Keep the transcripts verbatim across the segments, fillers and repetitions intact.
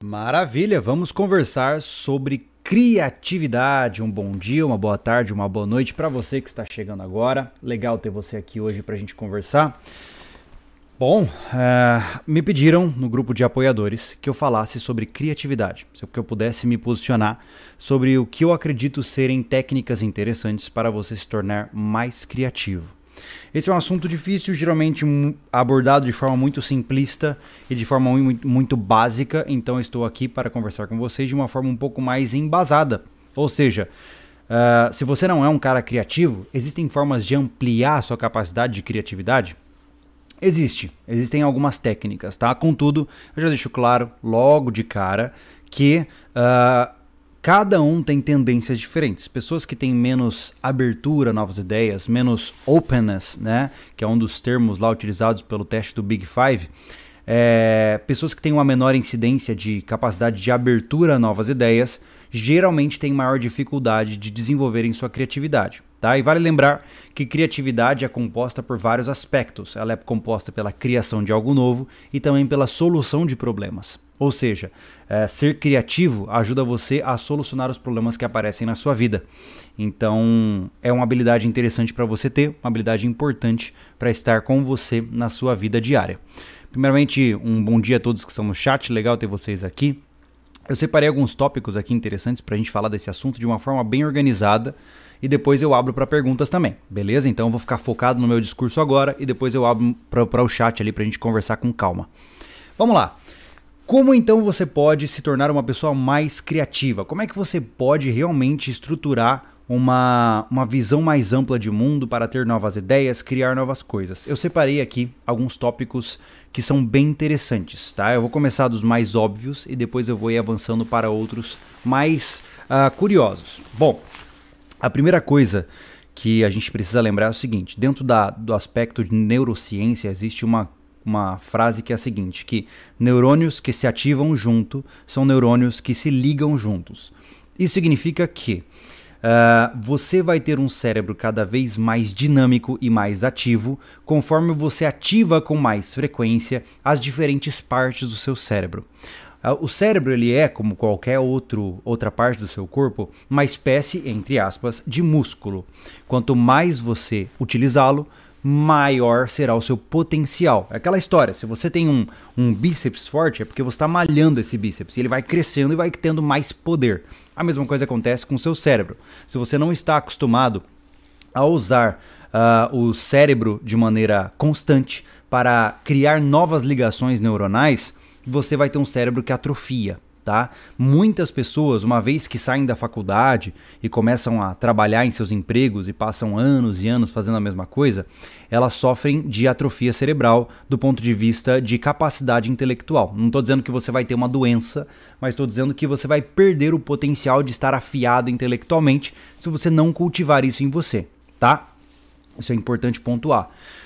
Maravilha, vamos conversar sobre criatividade. Um bom dia, uma boa tarde, uma boa noite para você que está chegando agora. Legal ter você aqui hoje para a gente conversar. Bom, uh, me pediram no grupo de apoiadores que eu falasse sobre criatividade, que eu pudesse me posicionar sobre o que eu acredito serem técnicas interessantes para você se tornar mais criativo. Esse é um assunto difícil, geralmente abordado de forma muito simplista e de forma muito, muito básica, então eu estou aqui para conversar com vocês de uma forma um pouco mais embasada. Ou seja, uh, se você não é um cara criativo, existem formas de ampliar a sua capacidade de criatividade? Existe, existem algumas técnicas, tá? Contudo, eu já deixo claro logo de cara que uh, cada um tem tendências diferentes. Pessoas que têm menos abertura a novas ideias, menos openness, né? Que é um dos termos lá utilizados pelo teste do Big Five. É, pessoas que têm uma menor incidência de capacidade de abertura a novas ideias, geralmente têm maior dificuldade de desenvolverem sua criatividade. Tá? E vale lembrar que criatividade é composta por vários aspectos. Ela é composta pela criação de algo novo e também pela solução de problemas. Ou seja, é, ser criativo ajuda você a solucionar os problemas que aparecem na sua vida. Então, é uma habilidade interessante para você ter, uma habilidade importante para estar com você na sua vida diária. Primeiramente, um bom dia a todos que estão no chat, legal ter vocês aqui. Eu separei alguns tópicos aqui interessantes para a gente falar desse assunto de uma forma bem organizada e depois eu abro para perguntas também, beleza? Então eu vou ficar focado no meu discurso agora e depois eu abro para o chat ali para a gente conversar com calma. Vamos lá. Como então você pode se tornar uma pessoa mais criativa? Como é que você pode realmente estruturar uma, uma visão mais ampla de mundo para ter novas ideias, criar novas coisas? Eu separei aqui alguns tópicos que são bem interessantes, tá? Eu vou começar dos mais óbvios e depois eu vou ir avançando para outros mais uh, curiosos. Bom, a primeira coisa que a gente precisa lembrar é o seguinte: dentro da, do aspecto de neurociência existe uma uma frase que é a seguinte, que neurônios que se ativam junto são neurônios que se ligam juntos. Isso significa que uh, você vai ter um cérebro cada vez mais dinâmico e mais ativo conforme você ativa com mais frequência as diferentes partes do seu cérebro. Uh, o cérebro ele é, como qualquer outro, outra parte do seu corpo, uma espécie, entre aspas, de músculo. Quanto mais você utilizá-lo, maior será o seu potencial. É aquela história, se você tem um, um bíceps forte, é porque você está malhando esse bíceps, e ele vai crescendo e vai tendo mais poder. A mesma coisa acontece com o seu cérebro. Se você não está acostumado a usar uh, o cérebro de maneira constante para criar novas ligações neuronais, você vai ter um cérebro que atrofia. Tá? Muitas pessoas, uma vez que saem da faculdade e começam a trabalhar em seus empregos e passam anos e anos fazendo a mesma coisa, elas sofrem de atrofia cerebral do ponto de vista de capacidade intelectual. Não estou dizendo que você vai ter uma doença, mas estou dizendo que você vai perder o potencial de estar afiado intelectualmente se você não cultivar isso em você, tá? Isso é importante pontuar.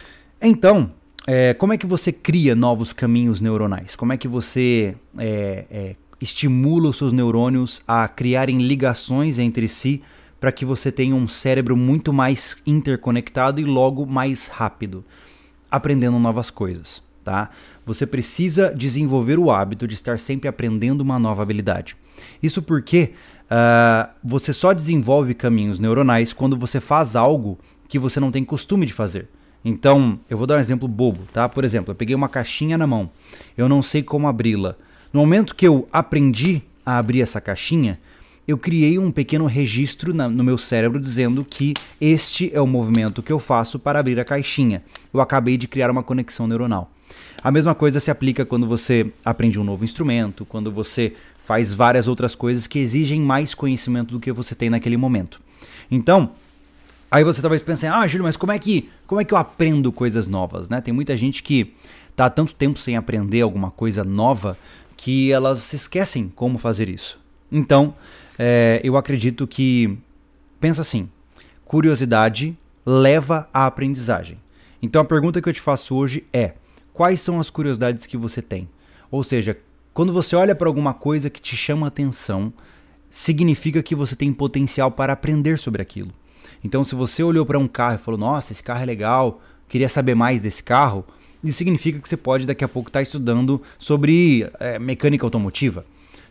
Então, é, como é que você cria novos caminhos neuronais? Como é que você é, é, estimula os seus neurônios a criarem ligações entre si para que você tenha um cérebro muito mais interconectado e logo mais rápido, aprendendo novas coisas, tá? Você precisa desenvolver o hábito de estar sempre aprendendo uma nova habilidade. Isso porque uh, você só desenvolve caminhos neuronais quando você faz algo que você não tem costume de fazer. Então, eu vou dar um exemplo bobo, tá? Por exemplo, eu peguei uma caixinha na mão, eu não sei como abri-la. No momento que eu aprendi a abrir essa caixinha, eu criei um pequeno registro na, no meu cérebro dizendo que este é o movimento que eu faço para abrir a caixinha. Eu acabei de criar uma conexão neuronal. A mesma coisa se aplica quando você aprende um novo instrumento, quando você faz várias outras coisas que exigem mais conhecimento do que você tem naquele momento. Então, aí você talvez pense, ah, Júlio, mas como é que, como é que eu aprendo coisas novas, né? Tem muita gente que está há tanto tempo sem aprender alguma coisa nova que elas se esquecem como fazer isso. Então, é, eu acredito que, pensa assim, curiosidade leva à aprendizagem. Então a pergunta que eu te faço hoje é, quais são as curiosidades que você tem? Ou seja, quando você olha para alguma coisa que te chama atenção, significa que você tem potencial para aprender sobre aquilo. Então se você olhou para um carro e falou, nossa, esse carro é legal, queria saber mais desse carro, isso significa que você pode daqui a pouco estar estudando sobre é, mecânica automotiva.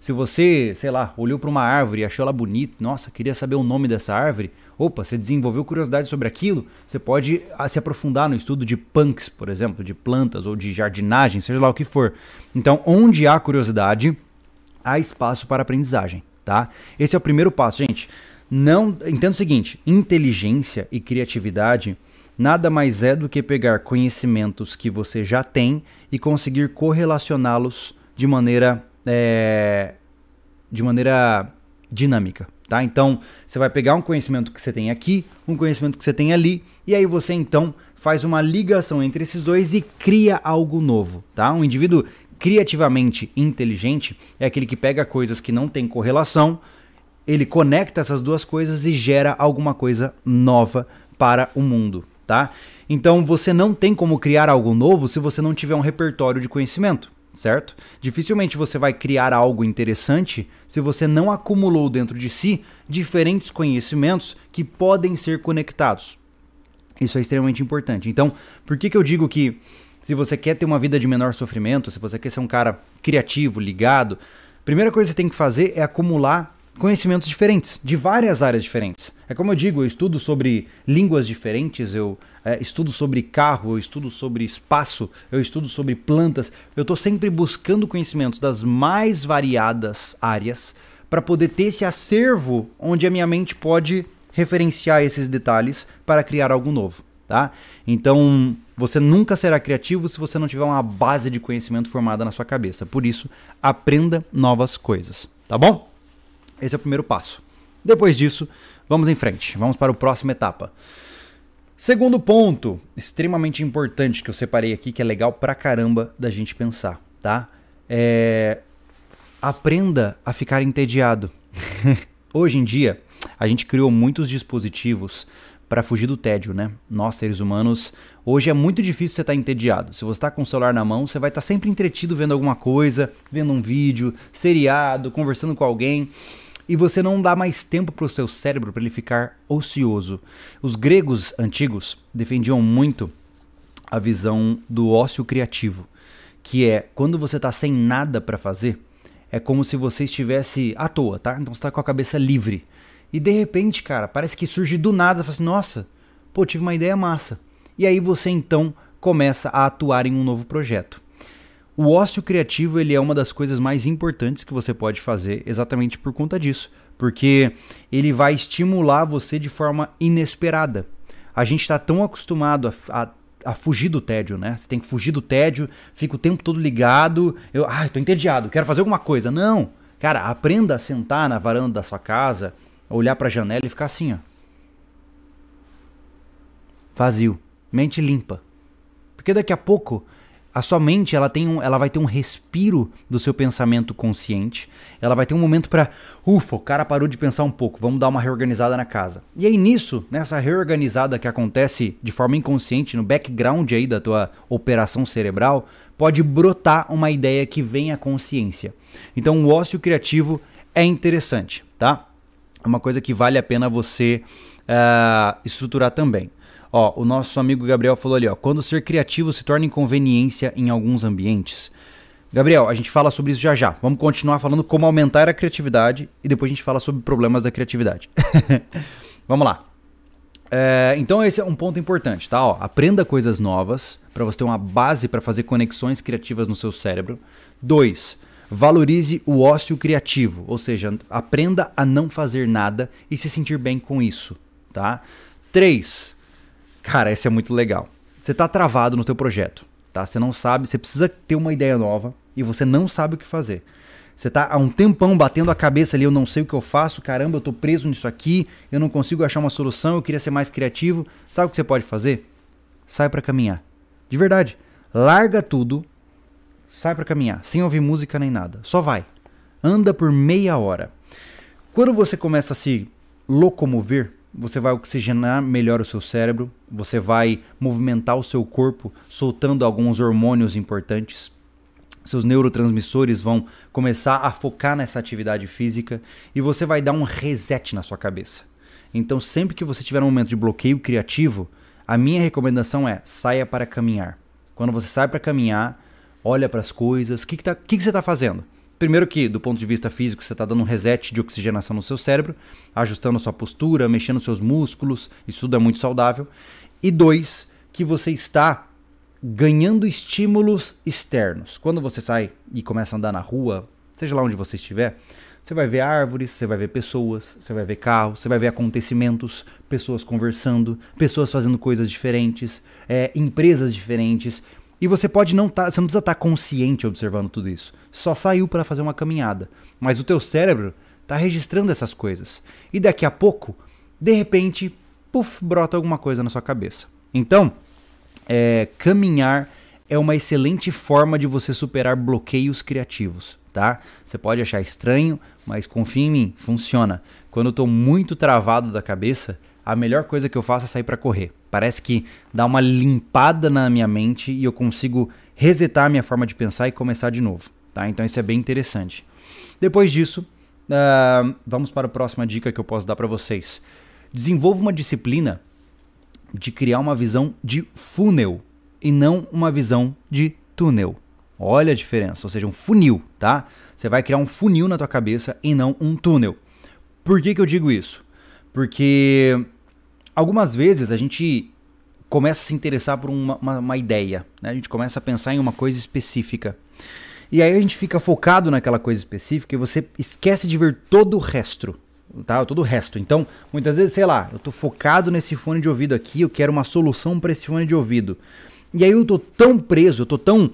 Se você, sei lá, olhou para uma árvore e achou ela bonita, nossa, queria saber o nome dessa árvore, opa, você desenvolveu curiosidade sobre aquilo, você pode se aprofundar no estudo de punks, por exemplo, de plantas ou de jardinagem, seja lá o que for. Então, onde há curiosidade, há espaço para aprendizagem, tá? Esse é o primeiro passo, gente. Não, entenda o seguinte, inteligência e criatividade nada mais é do que pegar conhecimentos que você já tem e conseguir correlacioná-los de maneira, é, de maneira dinâmica, tá? Então, você vai pegar um conhecimento que você tem aqui, um conhecimento que você tem ali, e aí você então faz uma ligação entre esses dois e cria algo novo, tá? Um indivíduo criativamente inteligente é aquele que pega coisas que não têm correlação, ele conecta essas duas coisas e gera alguma coisa nova para o mundo, tá? Então você não tem como criar algo novo se você não tiver um repertório de conhecimento, certo? Dificilmente você vai criar algo interessante se você não acumulou dentro de si diferentes conhecimentos que podem ser conectados. Isso é extremamente importante. Então, por que que eu digo que se você quer ter uma vida de menor sofrimento, se você quer ser um cara criativo, ligado, a primeira coisa que você tem que fazer é acumular conhecimentos diferentes, de várias áreas diferentes. É como eu digo, eu estudo sobre línguas diferentes, eu é, estudo sobre carro, eu estudo sobre espaço, eu estudo sobre plantas. Eu estou sempre buscando conhecimentos das mais variadas áreas para poder ter esse acervo onde a minha mente pode referenciar esses detalhes para criar algo novo, tá? Então, você nunca será criativo se você não tiver uma base de conhecimento formada na sua cabeça. Por isso, aprenda novas coisas, tá bom? Esse é o primeiro passo. Depois disso, vamos em frente. Vamos para a próxima etapa. Segundo ponto, extremamente importante que eu separei aqui, que é legal pra caramba da gente pensar, tá? É... Aprenda a ficar entediado. Hoje em dia, a gente criou muitos dispositivos para fugir do tédio, né? Nós, seres humanos, hoje é muito difícil você estar entediado. Se você está com o celular na mão, você vai estar sempre entretido vendo alguma coisa, vendo um vídeo, seriado, conversando com alguém. E você não dá mais tempo para o seu cérebro para ele ficar ocioso. Os gregos antigos defendiam muito a visão do ócio criativo, que é quando você está sem nada para fazer, é como se você estivesse à toa, tá? Então você está com a cabeça livre. E de repente, cara, parece que surge do nada, você fala assim, nossa, pô, tive uma ideia massa. E aí você então começa a atuar em um novo projeto. O ócio criativo, ele é uma das coisas mais importantes que você pode fazer exatamente por conta disso, porque ele vai estimular você de forma inesperada. A gente está tão acostumado a, a, a fugir do tédio, né? Você tem que fugir do tédio, fica o tempo todo ligado, eu, ah, tô entediado, quero fazer alguma coisa. Não, cara, aprenda a sentar na varanda da sua casa, olhar para a janela e ficar assim, ó. Vazio, mente limpa. Porque daqui a pouco a sua mente ela tem um, ela vai ter um respiro do seu pensamento consciente. Ela vai ter um momento para, ufa, o cara parou de pensar um pouco, vamos dar uma reorganizada na casa. E aí nisso, nessa reorganizada que acontece de forma inconsciente, no background aí da tua operação cerebral, pode brotar uma ideia que vem à consciência. Então o ócio criativo é interessante, tá? É uma coisa que vale a pena você uh, estruturar também. Ó, o nosso amigo Gabriel falou ali, ó, quando ser criativo se torna inconveniência em alguns ambientes. Gabriel, a gente fala sobre isso já já. Vamos continuar falando como aumentar a criatividade e depois a gente fala sobre problemas da criatividade. Vamos lá. É, então esse é um ponto importante, tá? Ó, aprenda coisas novas para você ter uma base para fazer conexões criativas no seu cérebro. Dois, valorize o ócio criativo, ou seja, aprenda a não fazer nada e se sentir bem com isso, tá? Três, cara, esse é muito legal. Você tá travado no teu projeto, tá? Você não sabe, você precisa ter uma ideia nova e você não sabe o que fazer. Você tá há um tempão batendo a cabeça ali, eu não sei o que eu faço, caramba, eu tô preso nisso aqui, eu não consigo achar uma solução, eu queria ser mais criativo. Sabe o que você pode fazer? Sai pra caminhar. De verdade, larga tudo, sai pra caminhar, sem ouvir música nem nada. Só vai. Anda por meia hora. Quando você começa a se locomover, você vai oxigenar melhor o seu cérebro, você vai movimentar o seu corpo, soltando alguns hormônios importantes. Seus neurotransmissores vão começar a focar nessa atividade física e você vai dar um reset na sua cabeça. Então, sempre que você tiver um momento de bloqueio criativo, a minha recomendação é saia para caminhar. Quando você sai para caminhar, olha para as coisas, o que, que, tá, que, que você está fazendo? Primeiro que, do ponto de vista físico, você está dando um reset de oxigenação no seu cérebro, ajustando a sua postura, mexendo os seus músculos, isso tudo é muito saudável. E dois, que você está ganhando estímulos externos. Quando você sai e começa a andar na rua, seja lá onde você estiver, você vai ver árvores, você vai ver pessoas, você vai ver carros, você vai ver acontecimentos, pessoas conversando, pessoas fazendo coisas diferentes, é, empresas diferentes. E você pode não estar, tá, você não precisa estar tá consciente observando tudo isso. Só saiu para fazer uma caminhada. Mas o teu cérebro está registrando essas coisas. E daqui a pouco, de repente, puf, brota alguma coisa na sua cabeça. Então, é, caminhar é uma excelente forma de você superar bloqueios criativos, tá? Você pode achar estranho, mas confia em mim, funciona. Quando eu estou muito travado da cabeça, a melhor coisa que eu faço é sair para correr. Parece que dá uma limpada na minha mente e eu consigo resetar a minha forma de pensar e começar de novo, tá? Então isso é bem interessante. Depois disso, uh, vamos para a próxima dica que eu posso dar para vocês. Desenvolva uma disciplina de criar uma visão de funil e não uma visão de túnel. Olha a diferença, ou seja, um funil, tá? Você vai criar um funil na tua cabeça e não um túnel. Por que que eu digo isso? Porque algumas vezes a gente começa a se interessar por uma, uma, uma ideia, né? A gente começa a pensar em uma coisa específica. E aí a gente fica focado naquela coisa específica e você esquece de ver todo o resto. Tá? Todo o resto. Então, muitas vezes, sei lá, eu tô focado nesse fone de ouvido aqui, eu quero uma solução para esse fone de ouvido. E aí eu tô tão preso, eu tô tão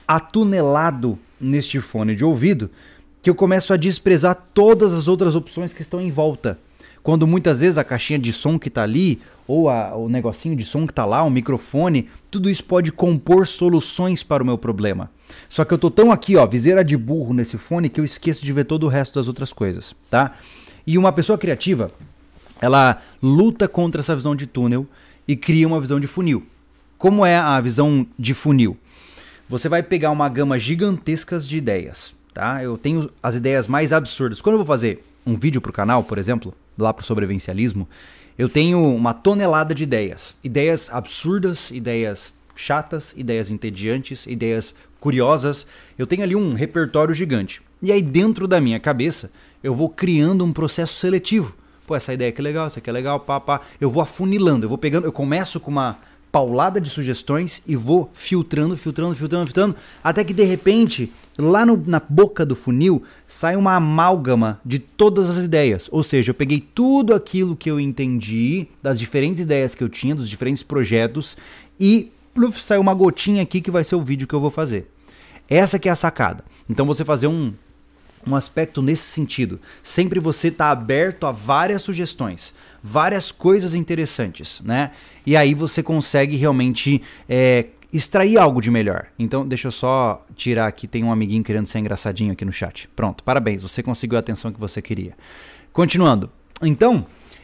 atunelado neste fone de ouvido que eu começo a desprezar todas as outras opções que estão em volta. Quando muitas vezes a caixinha de som que tá ali, ou a, o negocinho de som que tá lá, o microfone, tudo isso pode compor soluções para o meu problema. Só que eu tô tão aqui, ó, viseira de burro nesse fone que eu esqueço de ver todo o resto das outras coisas, tá? E uma pessoa criativa, ela luta contra essa visão de túnel e cria uma visão de funil. Como é a visão de funil? Você vai pegar uma gama gigantesca de ideias, tá? Eu tenho as ideias mais absurdas. Quando eu vou fazer um vídeo para o canal, por exemplo, lá para o sobrevivencialismo, eu tenho uma tonelada de ideias. Ideias absurdas, ideias chatas, ideias entediantes, ideias curiosas. Eu tenho ali um repertório gigante. E aí dentro da minha cabeça, eu vou criando um processo seletivo. Pô, essa ideia aqui é legal, essa aqui é legal, pá, pá. Eu vou afunilando, eu vou pegando, eu começo com uma paulada de sugestões e vou filtrando, filtrando, filtrando, filtrando, até que de repente, lá no, na boca do funil, sai uma amálgama de todas as ideias. Ou seja, eu peguei tudo aquilo que eu entendi, das diferentes ideias que eu tinha, dos diferentes projetos, e pluf, saiu uma gotinha aqui que vai ser o vídeo que eu vou fazer. Essa que é a sacada. Então você fazer um, um aspecto nesse sentido. Sempre você tá aberto a várias sugestões, várias coisas interessantes, né? E aí você consegue realmente é, extrair algo de melhor. Então deixa eu só tirar aqui, tem um amiguinho querendo ser engraçadinho aqui no chat. Pronto, parabéns, você conseguiu a atenção que você queria. Continuando. Então,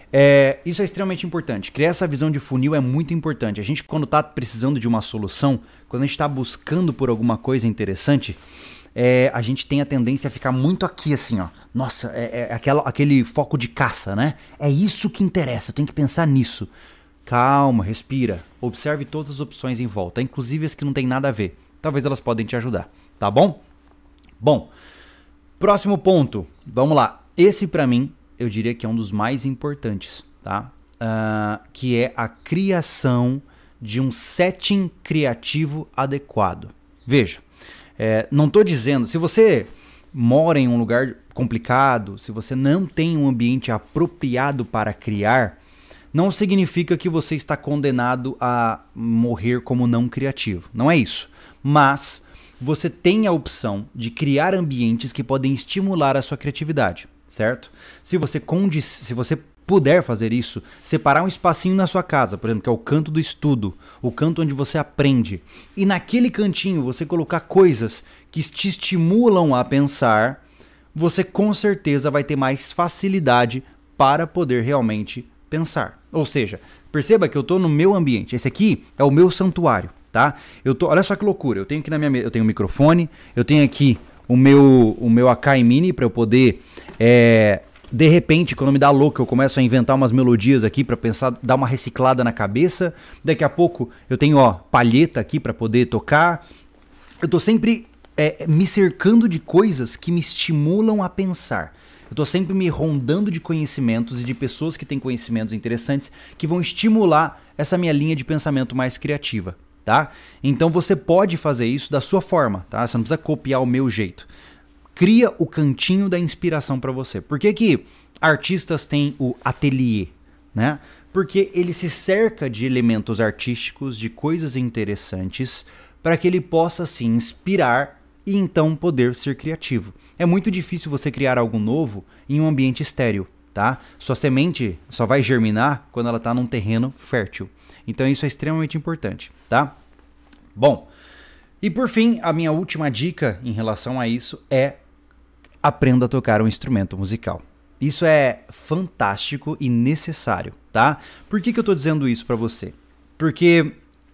é, isso é extremamente importante. Criar essa visão de funil é muito importante. A gente, quando está precisando de uma solução, quando a gente está buscando por alguma coisa interessante, é, a gente tem a tendência a ficar muito aqui assim, ó. Nossa, é, é aquela, aquele foco de caça, né? É isso que interessa, eu tenho que pensar nisso. Calma, respira. Observe todas as opções em volta, inclusive as que não tem nada a ver. Talvez elas podem te ajudar, tá bom? Bom, próximo ponto. Vamos lá. Esse pra mim, eu diria que é um dos mais importantes, tá? Uh, que é a criação de um setting criativo adequado. Veja, é, não estou dizendo, se você mora em um lugar complicado, se você não tem um ambiente apropriado para criar, não significa que você está condenado a morrer como não criativo. Não é isso. Mas você tem a opção de criar ambientes que podem estimular a sua criatividade, certo? Se você, condic... Se você puder fazer isso, separar um espacinho na sua casa, por exemplo, que é o canto do estudo, o canto onde você aprende, e naquele cantinho você colocar coisas que te estimulam a pensar, você com certeza vai ter mais facilidade para poder realmente pensar. Ou seja, perceba que eu estou no meu ambiente. Esse aqui é o meu santuário, tá? Eu tô, olha só que loucura. Eu tenho aqui na minha mesa, eu tenho um microfone, eu tenho aqui o meu o meu Akai Mini para eu poder é, de repente, quando me dá louco, eu começo a inventar umas melodias aqui para pensar, dar uma reciclada na cabeça. Daqui a pouco eu tenho, ó, palheta aqui para poder tocar. Eu tô sempre é, me cercando de coisas que me estimulam a pensar. Eu tô sempre me rondando de conhecimentos e de pessoas que têm conhecimentos interessantes que vão estimular essa minha linha de pensamento mais criativa, tá? Então você pode fazer isso da sua forma, tá? Você não precisa copiar o meu jeito. Cria o cantinho da inspiração para você. Por que que artistas têm o ateliê, né? Porque ele se cerca de elementos artísticos, de coisas interessantes, para que ele possa se inspirar e então poder ser criativo. É muito difícil você criar algo novo em um ambiente estéril, tá? Sua semente só vai germinar quando ela está num terreno fértil. Então isso é extremamente importante, tá? Bom, e por fim, a minha última dica em relação a isso é aprenda a tocar um instrumento musical. Isso é fantástico e necessário, tá? Por que que eu estou dizendo isso para você? Porque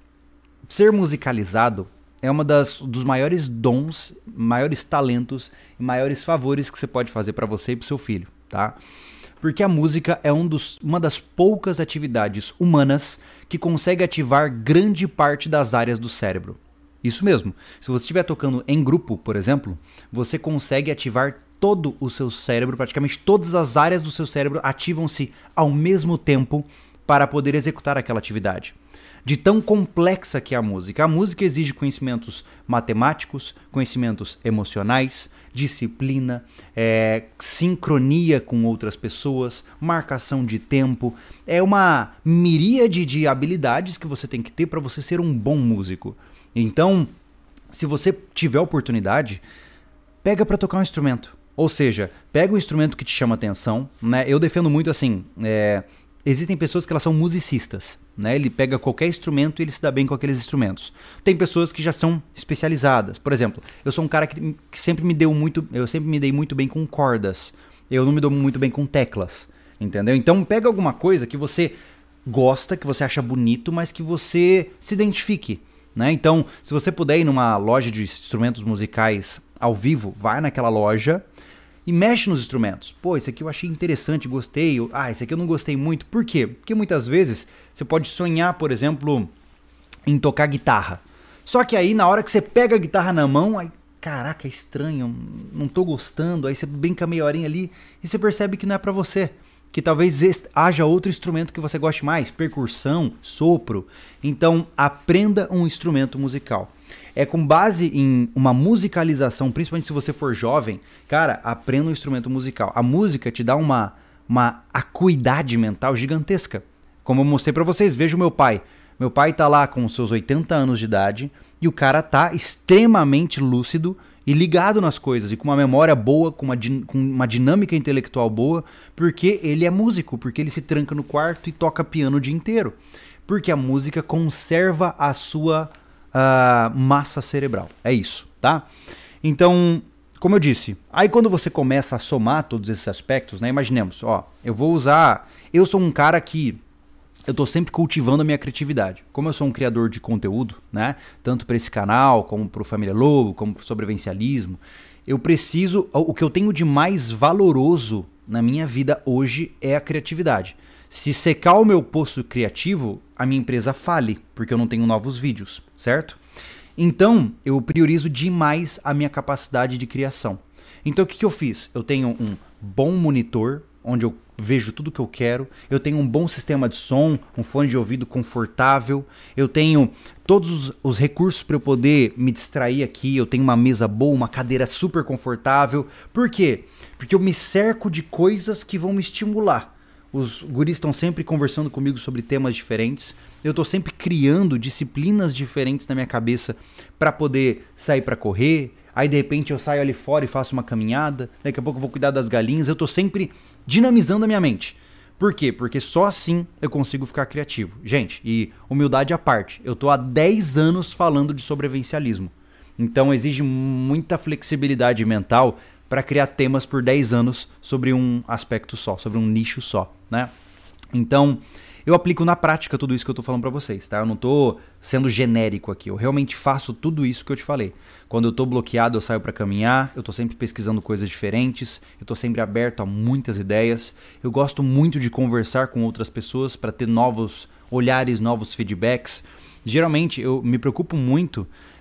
ser musicalizado é uma das dos maiores dons, maiores talentos e maiores favores que você pode fazer para você e para seu filho, tá? Porque a música é um dos, uma das poucas atividades humanas que consegue ativar grande parte das áreas do cérebro. Isso mesmo. Se você estiver tocando em grupo, por exemplo, você consegue ativar todo o seu cérebro, praticamente todas as áreas do seu cérebro ativam-se ao mesmo tempo para poder executar aquela atividade. De tão complexa que é a música. A música exige conhecimentos matemáticos, conhecimentos emocionais, disciplina, é, sincronia com outras pessoas, marcação de tempo. É uma miríade de habilidades que você tem que ter para você ser um bom músico. Então, se você tiver oportunidade, pega para tocar um instrumento. Ou seja, pega um instrumento que te chama atenção, né? Eu defendo muito assim, é, existem pessoas que elas são musicistas, né? Ele pega qualquer instrumento e ele se dá bem com aqueles instrumentos. Tem pessoas que já são especializadas. Por exemplo, eu sou um cara que, que sempre me deu muito, eu sempre me dei muito bem com cordas. Eu não me dou muito bem com teclas, entendeu? Então pega alguma coisa que você gosta, que você acha bonito, mas que você se identifique, né? Então, se você puder ir numa loja de instrumentos musicais ao vivo, vai naquela loja e mexe nos instrumentos. Pô, esse aqui eu achei interessante, gostei. Ah, esse aqui eu não gostei muito. Por quê? Porque muitas vezes você pode sonhar, por exemplo, em tocar guitarra. Só que aí, na hora que você pega a guitarra na mão, aí, caraca, é estranho, não tô gostando. Aí você brinca meia horinha ali e você percebe que não é pra você. Que talvez haja outro instrumento que você goste mais, percussão, sopro. Então, aprenda um instrumento musical. É com base em uma musicalização, principalmente se você for jovem, cara, aprenda um instrumento musical. A música te dá uma, uma acuidade mental gigantesca. Como eu mostrei pra vocês, veja o meu pai. Meu pai tá lá com seus oitenta anos de idade e o cara tá extremamente lúcido e ligado nas coisas, e com uma memória boa, com uma, com uma dinâmica intelectual boa, porque ele é músico, porque ele se tranca no quarto e toca piano o dia inteiro. Porque a música conserva a sua uh, massa cerebral. É isso, tá? Então, como eu disse, aí quando você começa a somar todos esses aspectos, né? Imaginemos, ó, eu vou usar... Eu sou um cara que... Eu tô sempre cultivando a minha criatividade. Como eu sou um criador de conteúdo, né? Tanto para esse canal, como para o Família Lobo, como para o sobrevivencialismo, eu preciso... O que eu tenho de mais valoroso na minha vida hoje é a criatividade. Se secar o meu poço criativo, a minha empresa fale, porque eu não tenho novos vídeos, certo? Então, eu priorizo demais a minha capacidade de criação. Então, o que, que eu fiz? Eu tenho um bom monitor, onde eu vejo tudo que eu quero, eu tenho um bom sistema de som, um fone de ouvido confortável, eu tenho todos os, os recursos para eu poder me distrair aqui, eu tenho uma mesa boa, uma cadeira super confortável. Por quê? Porque eu me cerco de coisas que vão me estimular. Os guris estão sempre conversando comigo sobre temas diferentes, eu estou sempre criando disciplinas diferentes na minha cabeça para poder sair para correr. Aí de repente eu saio ali fora e faço uma caminhada, daqui a pouco eu vou cuidar das galinhas, eu tô sempre dinamizando a minha mente. Por quê? Porque só assim eu consigo ficar criativo. Gente, e humildade à parte, eu tô há dez anos falando de sobrevivencialismo. Então exige muita flexibilidade mental para criar temas por dez anos sobre um aspecto só, sobre um nicho só, né? Então, eu aplico na prática tudo isso que eu tô falando pra vocês, tá? Eu não tô sendo genérico aqui, eu realmente faço tudo isso que eu te falei. Quando eu tô bloqueado, eu saio pra caminhar, eu tô sempre pesquisando coisas diferentes, eu tô sempre aberto a muitas ideias. Eu gosto muito de conversar com outras pessoas para ter novos olhares, novos feedbacks. Geralmente, eu me preocupo muito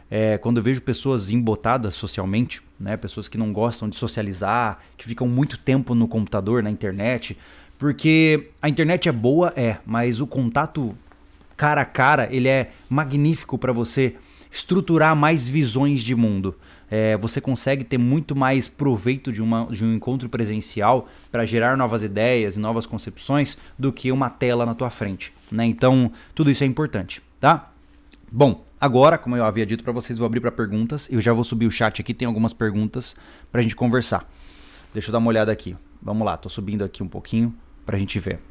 é, quando eu vejo pessoas embotadas socialmente, né, pessoas que não gostam de socializar, que ficam muito tempo no computador, na internet, porque a internet é boa, é, mas o contato cara a cara, ele é magnífico para você estruturar mais visões de mundo. É, você consegue ter muito mais proveito de, uma, de um encontro presencial para gerar novas ideias e novas concepções do que uma tela na tua frente, né? Então, tudo isso é importante, tá? Bom, agora, como eu havia dito para vocês, vou abrir para perguntas. Eu já vou subir o chat aqui, tem algumas perguntas para a gente conversar. Deixa eu dar uma olhada aqui. Vamos lá, tô subindo aqui um pouquinho para a gente ver.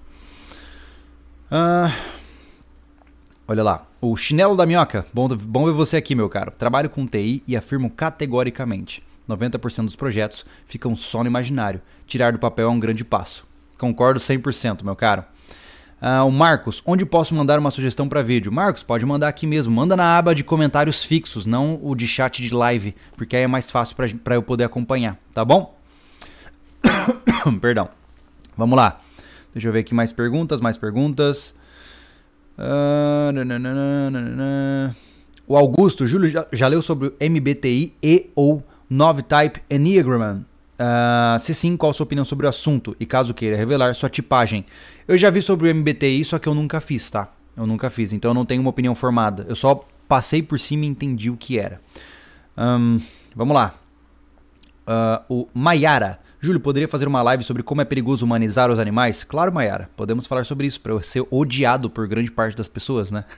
Ah... Olha lá, o Chinelo da Minhoca, bom, bom ver você aqui, meu caro. Trabalho com T I e afirmo categoricamente, noventa por cento dos projetos ficam só no imaginário. Tirar do papel é um grande passo. Concordo cem por cento, meu caro. Ah, o Marcos, onde posso mandar uma sugestão para vídeo? Marcos, pode mandar aqui mesmo. Manda na aba de comentários fixos, não o de chat de live, porque aí é mais fácil para eu poder acompanhar, tá bom? Perdão. Vamos lá. Deixa eu ver aqui mais perguntas, mais perguntas. Uh, nananana, nananana. O Augusto, Júlio já, já leu sobre o M B T I e ou nove Type Enneagram? Uh, se sim, qual a sua opinião sobre o assunto? E caso queira revelar sua tipagem. Eu já vi sobre o M B T I, só que eu nunca fiz, tá? Eu nunca fiz, então eu não tenho uma opinião formada. Eu só passei por cima e entendi o que era. Um, vamos lá. Uh, o Maiara. Júlio, poderia fazer uma live sobre como é perigoso humanizar os animais? Claro, Maiara, podemos falar sobre isso, para eu ser odiado por grande parte das pessoas, né?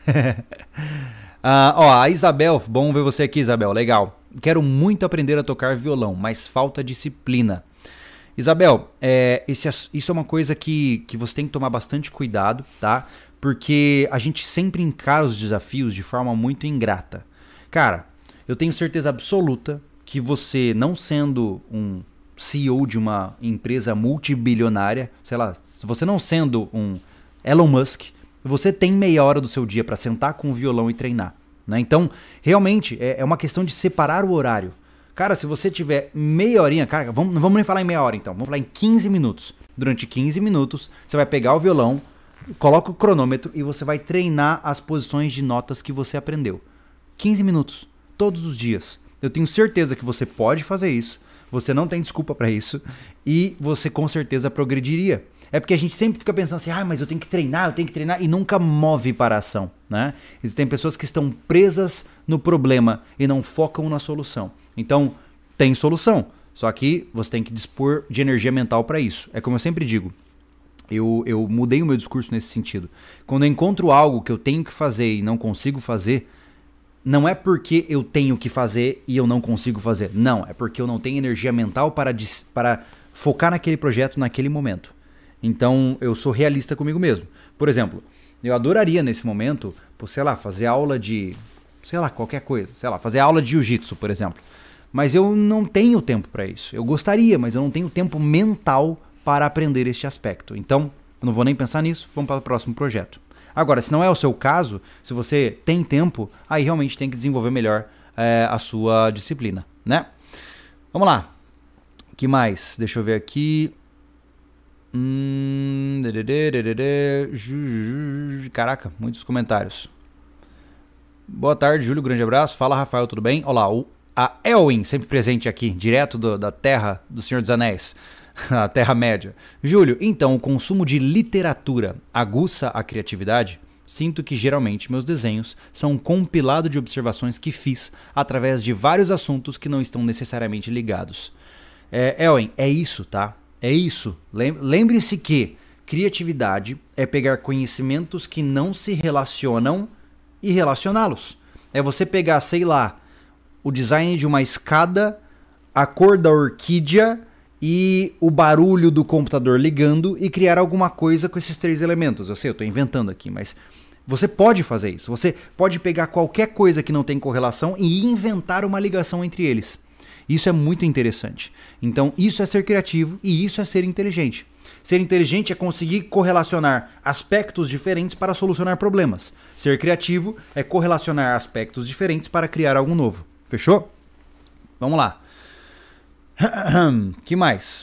ah, ó, a Isabel, bom ver você aqui, Isabel, legal. Quero muito aprender a tocar violão, mas falta disciplina. Isabel, é, esse, isso é uma coisa que, que você tem que tomar bastante cuidado, tá? Porque a gente sempre encara os desafios de forma muito ingrata. Cara, eu tenho certeza absoluta que você, não sendo um C E O de uma empresa multibilionária, sei lá, você não sendo um Elon Musk, você tem meia hora do seu dia para sentar com o violão e treinar, né? Então, realmente, é, é uma questão de separar o horário. Cara, se você tiver meia horinha, cara, vamos, não vamos nem falar em meia hora então, vamos falar em quinze minutos. Durante quinze minutos, você vai pegar o violão, coloca o cronômetro e você vai treinar as posições de notas que você aprendeu. quinze minutos, todos os dias. Eu tenho certeza que você pode fazer isso. Você não tem desculpa para isso e você com certeza progrediria. É porque a gente sempre fica pensando assim, ah, mas eu tenho que treinar, eu tenho que treinar e nunca move para a ação, né? Existem pessoas que estão presas no problema e não focam na solução. Então, tem solução, só que você tem que dispor de energia mental para isso. É como eu sempre digo, eu, eu mudei o meu discurso nesse sentido. Quando eu encontro algo que eu tenho que fazer e não consigo fazer, não é porque eu tenho que fazer e eu não consigo fazer. Não, é porque eu não tenho energia mental para, para focar naquele projeto naquele momento. Então, eu sou realista comigo mesmo. Por exemplo, eu adoraria nesse momento, sei lá, fazer aula de, sei lá, qualquer coisa. Sei lá, fazer aula de jiu-jitsu, por exemplo. Mas eu não tenho tempo para isso. Eu gostaria, mas eu não tenho tempo mental para aprender este aspecto. Então, eu não vou nem pensar nisso, vamos para o próximo projeto. Agora, se não é o seu caso, se você tem tempo, aí realmente tem que desenvolver melhor é, a sua disciplina, né? Vamos lá. O que mais? Deixa eu ver aqui. Hum, caraca, muitos comentários. Boa tarde, Júlio, grande abraço. Fala, Rafael, tudo bem? Olá, o, a Elwin, sempre presente aqui, direto do, da terra do Senhor dos Anéis. A Terra-média. Júlio, então o consumo de literatura aguça a criatividade? Sinto que geralmente meus desenhos são um compilado de observações que fiz através de vários assuntos que não estão necessariamente ligados. É, Elwin, é isso, tá? É isso. Lembre-se que criatividade é pegar conhecimentos que não se relacionam e relacioná-los. É você pegar, sei lá, o design de uma escada, a cor da orquídea e o barulho do computador ligando e criar alguma coisa com esses três elementos. Eu sei, eu estou inventando aqui, mas você pode fazer isso. Você pode pegar qualquer coisa que não tem correlação e inventar uma ligação entre eles. Isso é muito interessante. Então, isso é ser criativo e isso é ser inteligente. Ser inteligente é conseguir correlacionar aspectos diferentes para solucionar problemas. Ser criativo é correlacionar aspectos diferentes para criar algo novo. Fechou? Vamos lá. Que mais?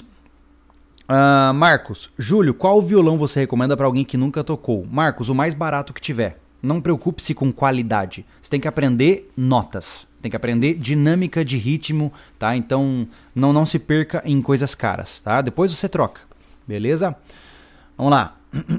Uh, Marcos, Júlio, qual violão você recomenda para alguém que nunca tocou? Marcos, o mais barato que tiver. Não preocupe-se com qualidade. Você tem que aprender notas. Tem que aprender dinâmica de ritmo, tá? Então não, não se perca em coisas caras, tá? Depois você troca, beleza? Vamos lá.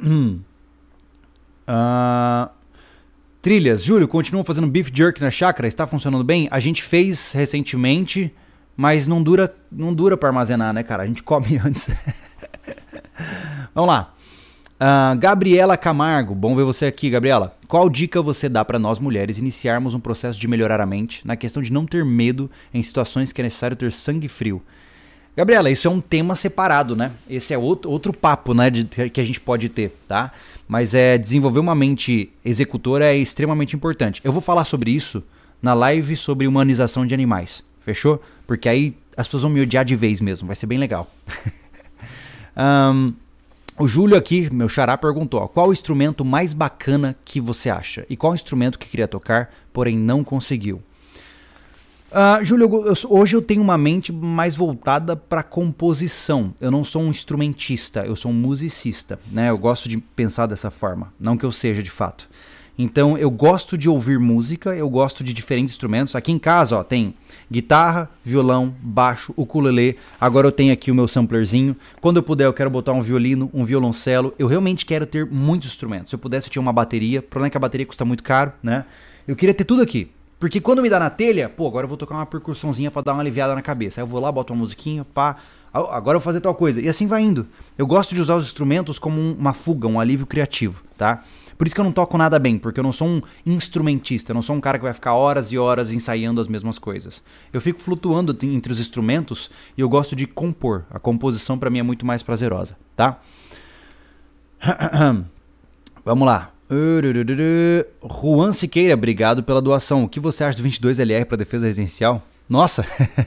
uh, trilhas. Júlio, continua fazendo beef jerky na chácara? Está funcionando bem? A gente fez recentemente, mas não dura, não dura para armazenar, né, cara? A gente come antes. Vamos lá. Uh, Gabriela Camargo, bom ver você aqui, Gabriela. Qual dica você dá para nós mulheres iniciarmos um processo de melhorar a mente na questão de não ter medo em situações que é necessário ter sangue frio? Gabriela, isso é um tema separado, né? Esse é outro, outro papo, né, de, que a gente pode ter, tá? Mas é, desenvolver uma mente executora é extremamente importante. Eu vou falar sobre isso na live sobre humanização de animais, fechou? Porque aí as pessoas vão me odiar de vez mesmo, vai ser bem legal. um, O Júlio aqui, meu xará, perguntou, ó, qual o instrumento mais bacana que você acha? E qual instrumento que queria tocar, porém não conseguiu? Uh, Júlio, eu, eu, hoje eu tenho uma mente mais voltada para composição. Eu não sou um instrumentista, eu sou um musicista, né? Eu gosto de pensar dessa forma, não que eu seja de fato. Então eu gosto de ouvir música, eu gosto de diferentes instrumentos. Aqui em casa, ó, tem guitarra, violão, baixo, ukulele. Agora eu tenho aqui o meu samplerzinho. Quando eu puder eu quero botar um violino, um violoncelo. Eu realmente quero ter muitos instrumentos. Se eu pudesse eu tinha uma bateria. O problema é que a bateria custa muito caro, né? Eu queria ter tudo aqui. Porque quando me dá na telha, pô, agora eu vou tocar uma percussãozinha pra dar uma aliviada na cabeça. Aí eu vou lá, boto uma musiquinha, pá. Agora eu vou fazer tal coisa. E assim vai indo. Eu gosto de usar os instrumentos como uma fuga, um alívio criativo, tá? Por isso que eu não toco nada bem, porque eu não sou um instrumentista, eu não sou um cara que vai ficar horas e horas ensaiando as mesmas coisas. Eu fico flutuando entre os instrumentos e eu gosto de compor. A composição pra mim é muito mais prazerosa, tá? Vamos lá. Juan Siqueira, obrigado pela doação. O que você acha do vinte e dois L R para defesa residencial? Nossa,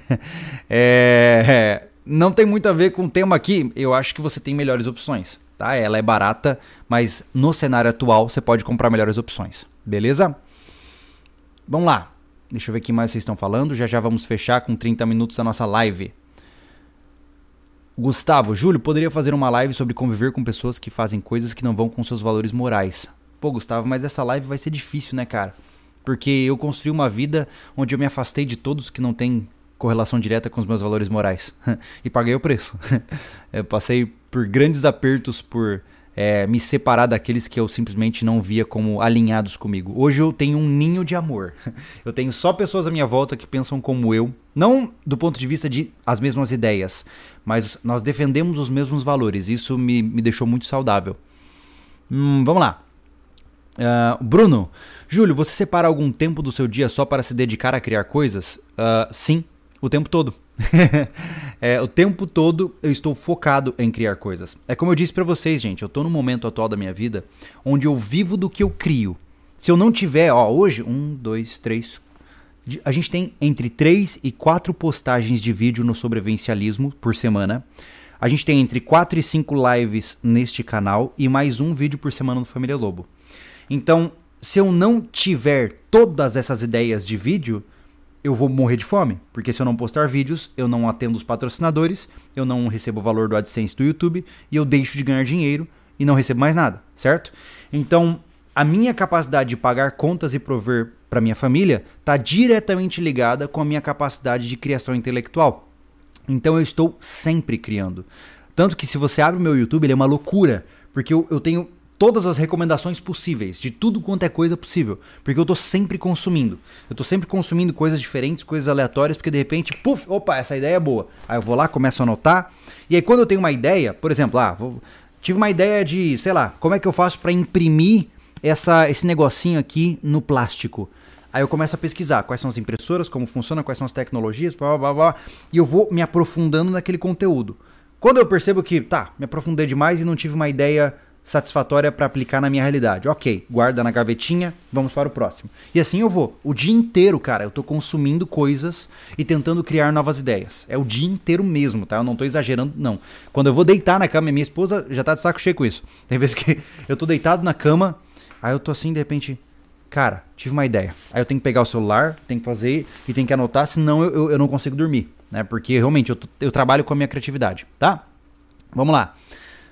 é... não tem muito a ver com o tema aqui. Eu acho que você tem melhores opções. Tá? Ela é barata, mas no cenário atual você pode comprar melhores opções. Beleza? Vamos lá. Deixa eu ver o que mais vocês estão falando. Já já vamos fechar com trinta minutos a nossa live. Gustavo, Júlio, poderia fazer uma live sobre conviver com pessoas que fazem coisas que não vão com seus valores morais. Pô, Gustavo, mas essa live vai ser difícil, né, cara? Porque eu construí uma vida onde eu me afastei de todos que não têm correlação direta com os meus valores morais. E paguei o preço. Eu passei por grandes apertos por é, me separar daqueles que eu simplesmente não via como alinhados comigo. Hoje eu tenho um ninho de amor. Eu tenho só pessoas à minha volta que pensam como eu. Não do ponto de vista de as mesmas ideias, mas nós defendemos os mesmos valores. Isso me, me deixou muito saudável. Hum, vamos lá. Uh, Bruno, Júlio, você separa algum tempo do seu dia só para se dedicar a criar coisas? Uh, sim, o tempo todo. é, o tempo todo eu estou focado em criar coisas. É como eu disse pra vocês, gente, eu tô no momento atual da minha vida onde eu vivo do que eu crio. Se eu não tiver, ó, hoje, um, dois, três... A gente tem entre três e quatro postagens de vídeo no sobrevivencialismo por semana. A gente tem entre quatro e cinco lives neste canal e mais um vídeo por semana no Família Lobo. Então, se eu não tiver todas essas ideias de vídeo, eu vou morrer de fome. Porque se eu não postar vídeos, eu não atendo os patrocinadores, eu não recebo o valor do AdSense do YouTube e eu deixo de ganhar dinheiro e não recebo mais nada, certo? Então, a minha capacidade de pagar contas e prover para minha família está diretamente ligada com a minha capacidade de criação intelectual. Então, eu estou sempre criando. Tanto que se você abre o meu YouTube, ele é uma loucura, porque eu, eu tenho todas as recomendações possíveis, de tudo quanto é coisa possível, porque eu tô sempre consumindo. Eu tô sempre consumindo coisas diferentes, coisas aleatórias, porque de repente, puf, opa, essa ideia é boa. Aí eu vou lá, começo a anotar, e aí quando eu tenho uma ideia, por exemplo, ah, vou, tive uma ideia de, sei lá, como é que eu faço para imprimir essa, esse negocinho aqui no plástico? Aí eu começo a pesquisar quais são as impressoras, como funciona, quais são as tecnologias, blá, blá, blá, e eu vou me aprofundando naquele conteúdo. Quando eu percebo que, tá, me aprofundei demais e não tive uma ideia satisfatória para aplicar na minha realidade. Ok, guarda na gavetinha, vamos para o próximo. E assim eu vou. O dia inteiro, cara, eu tô consumindo coisas e tentando criar novas ideias. É o dia inteiro mesmo, tá? Eu não tô exagerando, não. Quando eu vou deitar na cama, minha esposa já tá de saco cheio com isso. Tem vezes que eu tô deitado na cama, aí eu tô assim, de repente, cara, tive uma ideia. Aí eu tenho que pegar o celular, tenho que fazer e tenho que anotar, senão eu, eu, eu não consigo dormir, né? Porque realmente eu, eu trabalho com a minha criatividade, tá? Vamos lá.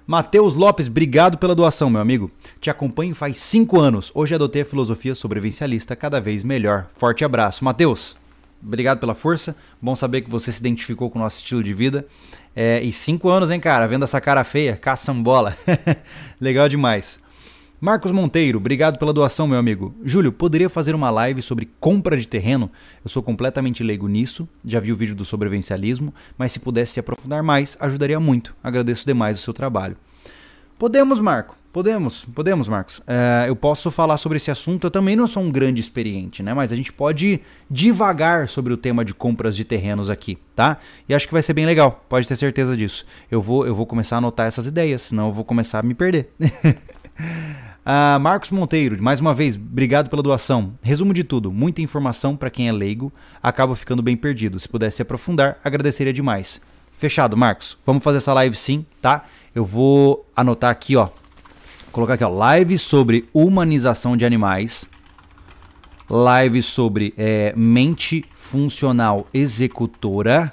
Matheus Lopes, obrigado pela doação, meu amigo. Te acompanho faz cinco anos. Hoje adotei a filosofia sobrevivencialista cada vez melhor. Forte abraço. Matheus, obrigado pela força. Bom saber que você se identificou com o nosso estilo de vida. É, e cinco anos, hein, cara? Vendo essa cara feia, caçambola. Legal demais. Marcos Monteiro, obrigado pela doação, meu amigo. Júlio, poderia fazer uma live sobre compra de terreno? Eu sou completamente leigo nisso, já vi o vídeo do sobrevivencialismo, mas se pudesse se aprofundar mais, ajudaria muito. Agradeço demais o seu trabalho. Podemos, Marco. Podemos, podemos, Marcos. É, eu posso falar sobre esse assunto, eu também não sou um grande experiente, né? Mas a gente pode divagar sobre o tema de compras de terrenos aqui, tá? E acho que vai ser bem legal, pode ter certeza disso. Eu vou, eu vou começar a anotar essas ideias, senão eu vou começar a me perder. Uh, Marcos Monteiro, mais uma vez, obrigado pela doação. Resumo de tudo, muita informação para quem é leigo, acaba ficando bem perdido. Se pudesse aprofundar, agradeceria demais. Fechado, Marcos. Vamos fazer essa live sim, tá? Eu vou anotar aqui, ó. Colocar aqui, ó, live sobre humanização de animais. Live sobre é, mente funcional executora.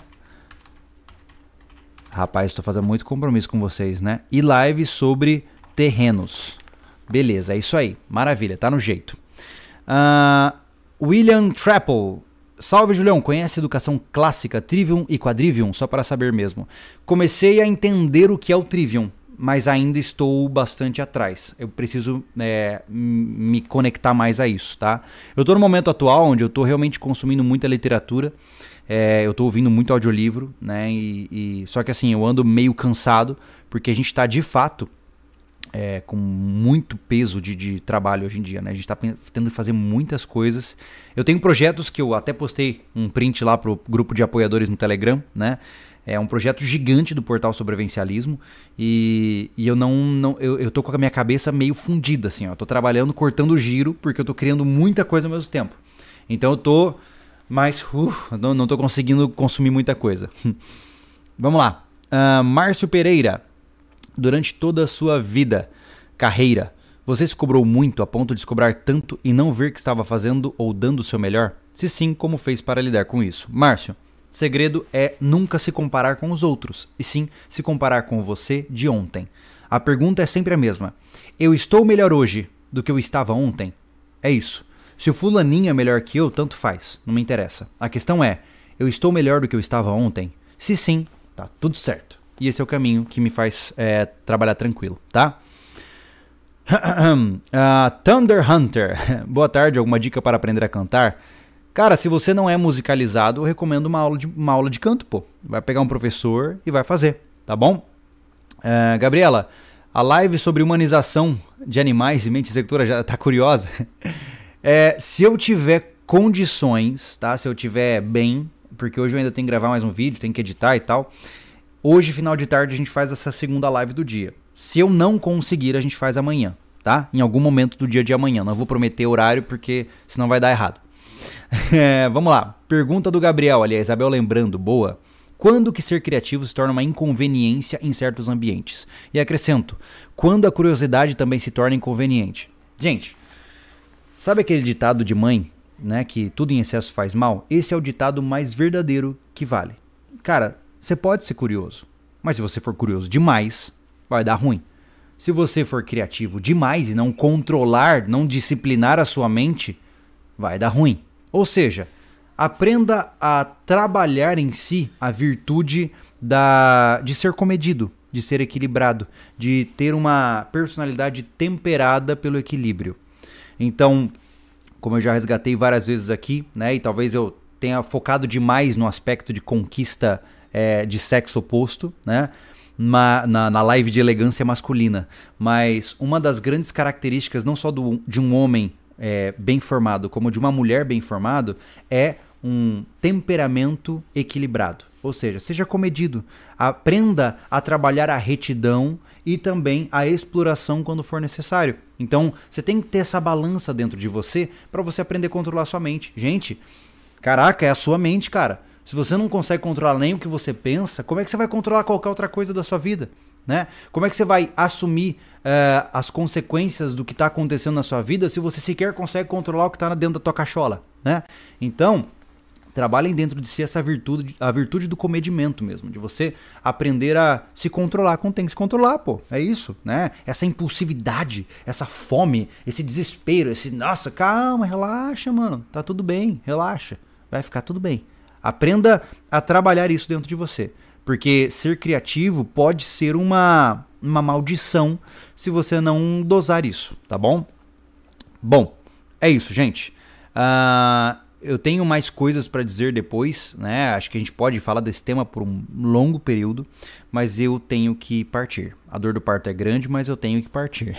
Rapaz, estou fazendo muito compromisso com vocês, né? E live sobre terrenos. Beleza, é isso aí. Maravilha, tá no jeito. Uh, William Trappel. Salve, Julião. Conhece educação clássica, Trivium e Quadrivium? Só para saber mesmo. Comecei a entender o que é o Trivium, mas ainda estou bastante atrás. Eu preciso é, me conectar mais a isso, tá? Eu estou no momento atual onde eu estou realmente consumindo muita literatura. É, eu estou ouvindo muito audiolivro, né? E, e, só que assim, eu ando meio cansado, porque a gente está de fato... É, com muito peso de, de trabalho hoje em dia, né? A gente está tendo que fazer muitas coisas. Eu tenho projetos que eu até postei um print lá pro grupo de apoiadores no Telegram, né? É um projeto gigante do portal Sobrevivencialismo e, e eu não, não eu, eu tô com a minha cabeça meio fundida, assim, ó. Eu tô trabalhando, cortando o giro, porque eu tô criando muita coisa ao mesmo tempo. Então eu tô mais... Uh, não, não tô conseguindo consumir muita coisa. Vamos lá. Uh, Márcio Pereira. Durante toda a sua vida, carreira, você se cobrou muito a ponto de se cobrar tanto e não ver que estava fazendo ou dando o seu melhor? Se sim, como fez para lidar com isso? Márcio, segredo é nunca se comparar com os outros, e sim se comparar com você de ontem. A pergunta é sempre a mesma. Eu estou melhor hoje do que eu estava ontem? É isso. Se o fulaninho é melhor que eu, tanto faz, não me interessa. A questão é, eu estou melhor do que eu estava ontem? Se sim, tá tudo certo. E esse é o caminho que me faz é, trabalhar tranquilo, tá? uh, Thunder Hunter. Boa tarde, alguma dica para aprender a cantar? Cara, se você não é musicalizado, eu recomendo uma aula de, uma aula de canto, pô. Vai pegar um professor e vai fazer, tá bom? Uh, Gabriela, a live sobre humanização de animais e mente executora já tá curiosa? é, se eu tiver condições, tá? Se eu tiver bem, porque hoje eu ainda tenho que gravar mais um vídeo, tenho que editar e tal... Hoje, final de tarde, a gente faz essa segunda live do dia. Se eu não conseguir, a gente faz amanhã, tá? Em algum momento do dia de amanhã. Não vou prometer horário, porque senão vai dar errado. É, vamos lá. Pergunta do Gabriel, ali, a Isabel lembrando, boa. Quando que ser criativo se torna uma inconveniência em certos ambientes? E acrescento, quando a curiosidade também se torna inconveniente? Gente, sabe aquele ditado de mãe, né, que tudo em excesso faz mal? Esse é o ditado mais verdadeiro que vale. Cara... Você pode ser curioso, mas se você for curioso demais, vai dar ruim. Se você for criativo demais e não controlar, não disciplinar a sua mente, vai dar ruim. Ou seja, aprenda a trabalhar em si a virtude da, de ser comedido, de ser equilibrado, de ter uma personalidade temperada pelo equilíbrio. Então, como eu já resgatei várias vezes aqui, né, e talvez eu tenha focado demais no aspecto de conquista É, de sexo oposto, né? Na, na, na live de elegância masculina. Mas uma das grandes características, não só do, de um homem é, bem formado, como de uma mulher bem formado, é um temperamento equilibrado. Ou seja, seja comedido. Aprenda a trabalhar a retidão e também a exploração quando for necessário. Então, você tem que ter essa balança dentro de você para você aprender a controlar a sua mente. Gente, caraca, é a sua mente, cara. Se você não consegue controlar nem o que você pensa, como é que você vai controlar qualquer outra coisa da sua vida? Né? Como é que você vai assumir uh, as consequências do que está acontecendo na sua vida se você sequer consegue controlar o que está dentro da tua cachola? Né? Então, Trabalhem dentro de si essa virtude, a virtude do comedimento mesmo, de você aprender a se controlar quando tem que se controlar, pô. É isso, né? Essa impulsividade, essa fome, esse desespero, esse, nossa, calma, relaxa, mano, tá tudo bem, relaxa, vai ficar tudo bem. Aprenda a trabalhar isso dentro de você, porque ser criativo pode ser uma, uma maldição se você não dosar isso, tá bom? Bom, é isso, gente. Ah... Uh... Eu tenho mais coisas para dizer depois, né? Acho que a gente pode falar desse tema por um longo período, mas eu tenho que partir. A dor do parto é grande, mas eu tenho que partir.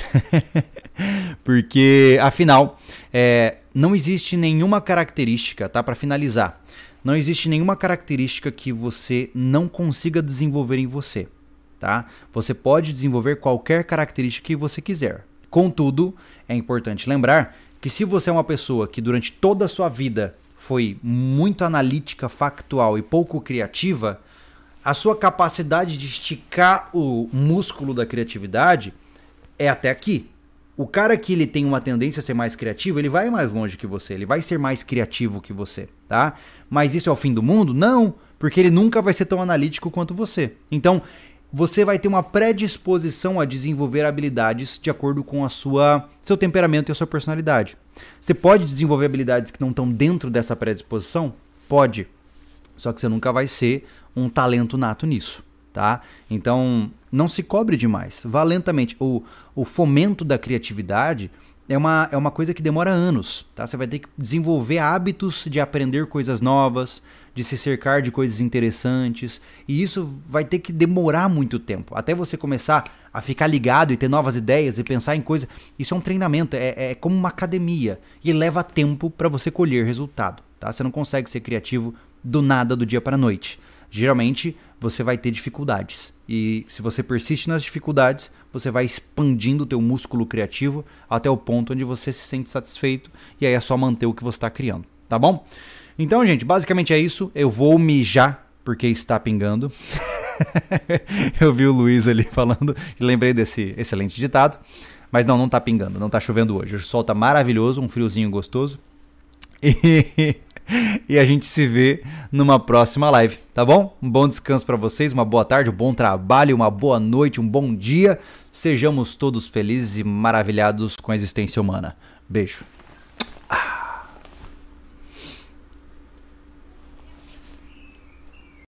Porque, afinal, é, não existe nenhuma característica, tá? Para finalizar, não existe nenhuma característica que você não consiga desenvolver em você, tá? Você pode desenvolver qualquer característica que você quiser. Contudo, é importante lembrar que se você é uma pessoa que durante toda a sua vida foi muito analítica, factual e pouco criativa, a sua capacidade de esticar o músculo da criatividade é até aqui. O cara que ele tem uma tendência a ser mais criativo, ele vai mais longe que você, ele vai ser mais criativo que você, tá? Mas isso é o fim do mundo? Não, porque ele nunca vai ser tão analítico quanto você. Então, você vai ter uma predisposição a desenvolver habilidades de acordo com a sua, seu temperamento e a sua personalidade. Você pode desenvolver habilidades que não estão dentro dessa predisposição? Pode. Só que você nunca vai ser um talento nato nisso, tá? Então, não se cobre demais. Vá lentamente. O, o fomento da criatividade é uma, é uma coisa que demora anos, tá? Você vai ter que desenvolver hábitos de aprender coisas novas, de se cercar de coisas interessantes, e isso vai ter que demorar muito tempo, até você começar a ficar ligado e ter novas ideias e pensar em coisas. Isso é um treinamento, é, é como uma academia, e leva tempo para você colher resultado, tá? Você não consegue ser criativo do nada, do dia para a noite. Geralmente, você vai ter dificuldades, e se você persiste nas dificuldades, você vai expandindo o teu músculo criativo até o ponto onde você se sente satisfeito, e aí é só manter o que você está criando, tá bom? Então, gente, basicamente é isso. Eu vou mijar porque está pingando. Eu vi o Luiz ali falando e lembrei desse excelente ditado. Mas não, não tá pingando, não tá chovendo hoje. O sol tá maravilhoso, um friozinho gostoso. E, e a gente se vê numa próxima live, tá bom? Um bom descanso para vocês, uma boa tarde, um bom trabalho, uma boa noite, um bom dia. Sejamos todos felizes e maravilhados com a existência humana. Beijo.